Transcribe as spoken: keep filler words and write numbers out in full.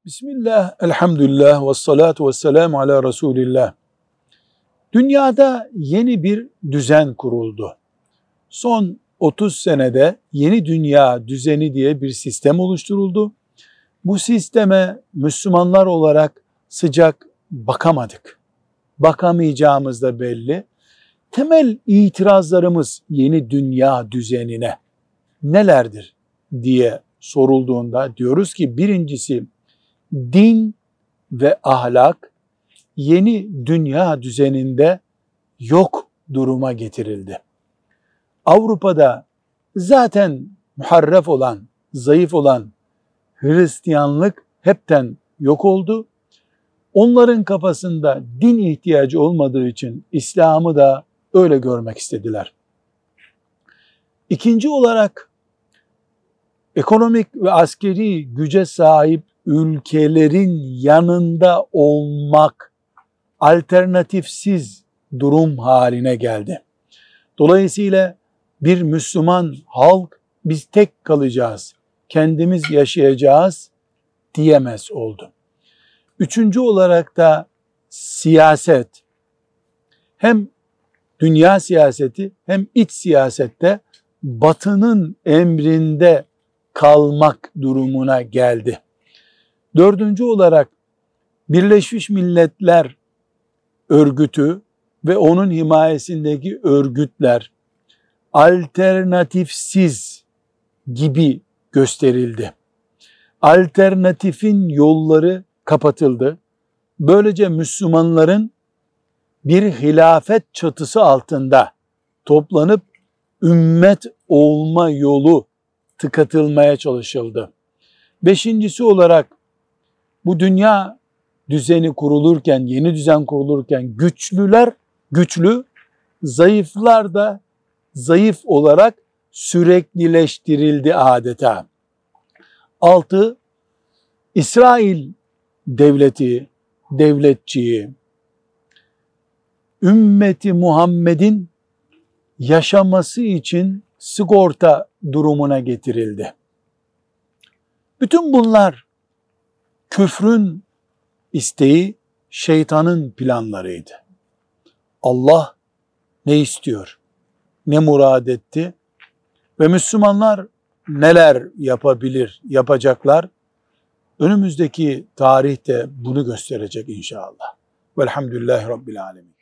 Bismillah, elhamdülillah, ve salatu ve selamu ala Resulillah. Dünyada yeni bir düzen kuruldu. Son otuz senede yeni dünya düzeni diye bir sistem oluşturuldu. Bu sisteme Müslümanlar olarak sıcak bakamadık. Bakamayacağımız da belli. Temel itirazlarımız yeni dünya düzenine nelerdir diye sorulduğunda diyoruz ki birincisi, din ve ahlak yeni dünya düzeninde yok duruma getirildi. Avrupa'da zaten muharref olan, zayıf olan Hristiyanlık hepten yok oldu. Onların kafasında din ihtiyacı olmadığı için İslam'ı da öyle görmek istediler. İkinci olarak ekonomik ve askeri güce sahip ülkelerin yanında olmak alternatifsiz durum haline geldi. Dolayısıyla bir Müslüman halk biz tek kalacağız, kendimiz yaşayacağız diyemez oldu. Üçüncü olarak da siyaset, hem dünya siyaseti hem iç siyasette Batı'nın emrinde kalmak durumuna geldi. Dördüncü olarak Birleşmiş Milletler örgütü ve onun himayesindeki örgütler alternatifsiz gibi gösterildi. Alternatifin yolları kapatıldı. Böylece Müslümanların bir hilafet çatısı altında toplanıp ümmet olma yolu tıkatılmaya çalışıldı. Beşincisi olarak bu dünya düzeni kurulurken, yeni düzen kurulurken güçlüler güçlü, zayıflar da zayıf olarak süreklileştirildi adeta. Altı, İsrail devleti, devletçiyi, ümmeti Muhammed'in yaşaması için sigorta durumuna getirildi. Bütün bunlar küfrün isteği, şeytanın planlarıydı. Allah ne istiyor, ne murad etti ve Müslümanlar neler yapabilir, yapacaklar? Önümüzdeki tarihte bunu gösterecek inşallah. Velhamdülillahi Rabbil Alemin.